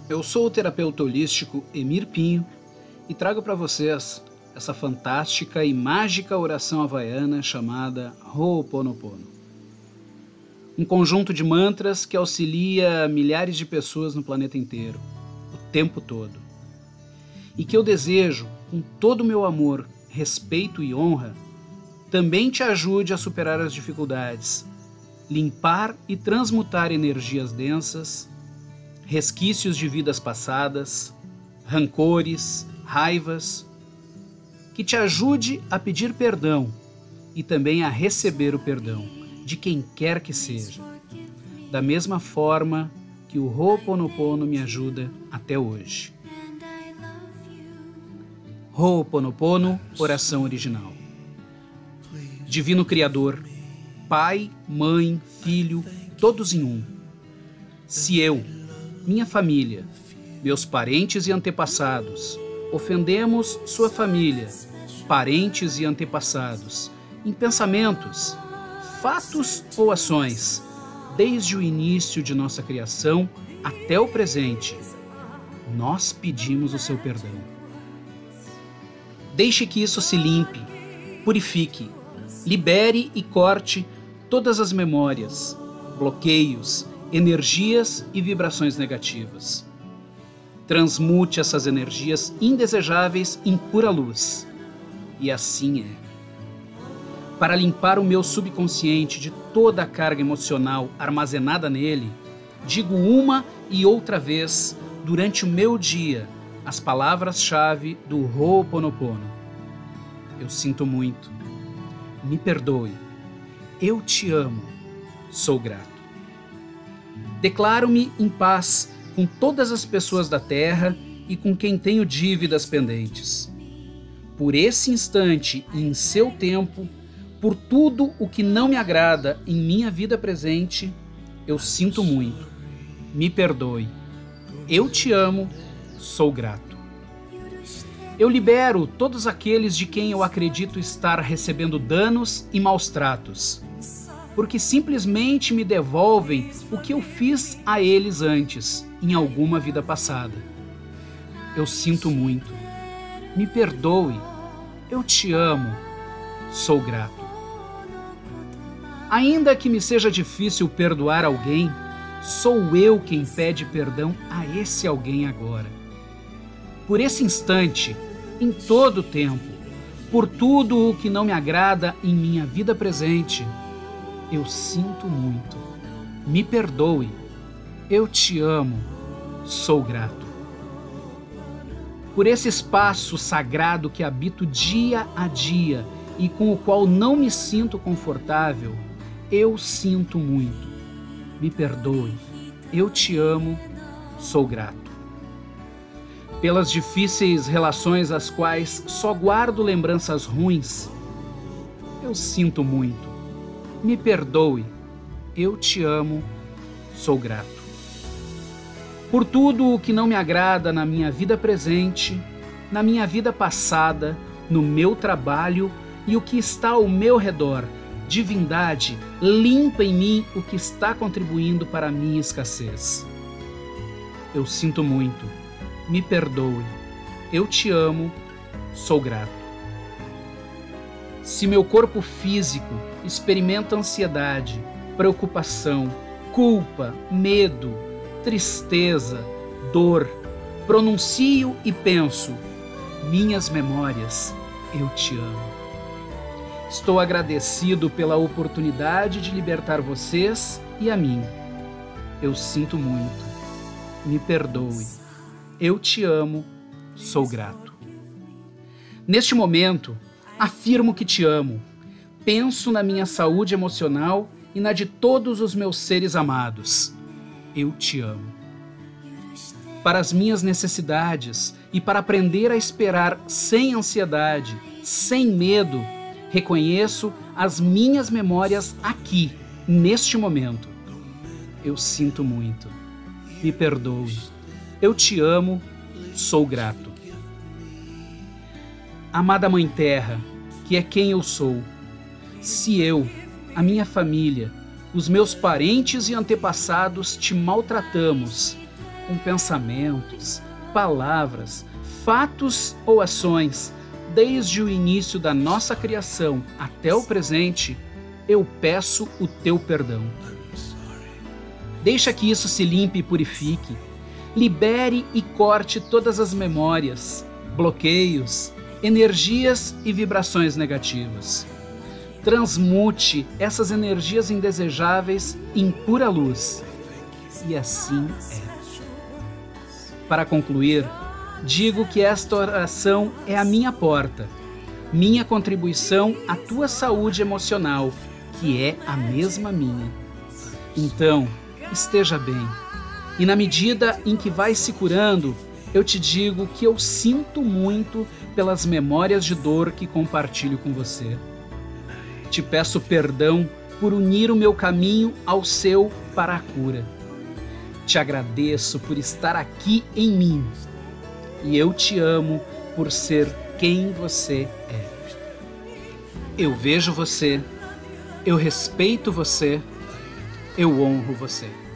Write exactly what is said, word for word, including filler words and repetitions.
Eu sou o terapeuta holístico Emir Pinho e trago para vocês essa fantástica e mágica oração havaiana chamada Ho'oponopono. Um conjunto de mantras que auxilia milhares de pessoas no planeta inteiro, o tempo todo. E que eu desejo, com todo o meu amor, respeito e honra, também te ajude a superar as dificuldades, limpar e transmutar energias densas, resquícios de vidas passadas, rancores, raivas, que te ajude a pedir perdão e também a receber o perdão de quem quer que seja, da mesma forma que o Ho'oponopono me ajuda até hoje. Ho'oponopono, oração original. Divino Criador, Pai, Mãe, Filho, todos em um. Se eu, minha família, meus parentes e antepassados, ofendemos sua família, parentes e antepassados, em pensamentos, fatos ou ações, desde o início de nossa criação até o presente, nós pedimos o seu perdão. Deixe que isso se limpe, purifique, libere e corte todas as memórias, bloqueios, energias e vibrações negativas. Transmute essas energias indesejáveis em pura luz. E assim é. Para limpar o meu subconsciente de toda a carga emocional armazenada nele, digo uma e outra vez durante o meu dia as palavras-chave do Ho'oponopono. Eu sinto muito. Me perdoe. Eu te amo. Sou grato. Declaro-me em paz com todas as pessoas da Terra e com quem tenho dívidas pendentes. Por esse instante e em seu tempo, por tudo o que não me agrada em minha vida presente, eu sinto muito. Me perdoe. Eu te amo. Sou grato. Eu libero todos aqueles de quem eu acredito estar recebendo danos e maus tratos, porque simplesmente me devolvem o que eu fiz a eles antes, em alguma vida passada. Eu sinto muito. Me perdoe. Eu te amo. Sou grato. Ainda que me seja difícil perdoar alguém, sou eu quem pede perdão a esse alguém agora. Por esse instante, em todo o tempo, por tudo o que não me agrada em minha vida presente, eu sinto muito. Me perdoe. Eu te amo. Sou grato. Por esse espaço sagrado que habito dia a dia e com o qual não me sinto confortável, eu sinto muito. Me perdoe. Eu te amo. Sou grato. Pelas difíceis relações às quais só guardo lembranças ruins, eu sinto muito. Me perdoe. Eu te amo. Sou grato. Por tudo o que não me agrada na minha vida presente, na minha vida passada, no meu trabalho e o que está ao meu redor, divindade, limpa em mim o que está contribuindo para a minha escassez. Eu sinto muito. Me perdoe. Eu te amo. Sou grato. Se meu corpo físico experimenta ansiedade, preocupação, culpa, medo, tristeza, dor, pronuncio e penso: minhas memórias, eu te amo. Estou agradecido pela oportunidade de libertar vocês e a mim. Eu sinto muito. Me perdoe. Eu te amo. Sou grato. Neste momento, afirmo que te amo. Penso na minha saúde emocional e na de todos os meus seres amados. Eu te amo. Para as minhas necessidades e para aprender a esperar sem ansiedade, sem medo, reconheço as minhas memórias aqui, neste momento. Eu sinto muito. Me perdoe. Eu te amo. Sou grato. Amada Mãe Terra, que é quem eu sou, se eu, a minha família, os meus parentes e antepassados te maltratamos, com pensamentos, palavras, fatos ou ações, desde o início da nossa criação até o presente, eu peço o teu perdão. Deixa que isso se limpe e purifique. Libere e corte todas as memórias, bloqueios, energias e vibrações negativas. Transmute essas energias indesejáveis em pura luz. E assim é. Para concluir, digo que esta oração é a minha porta, minha contribuição à tua saúde emocional, que é a mesma minha. Então, esteja bem. E na medida em que vai se curando, eu te digo que eu sinto muito pelas memórias de dor que compartilho com você. Te peço perdão por unir o meu caminho ao seu para a cura. Te agradeço por estar aqui em mim. E eu te amo por ser quem você é. Eu vejo você, eu respeito você, eu honro você.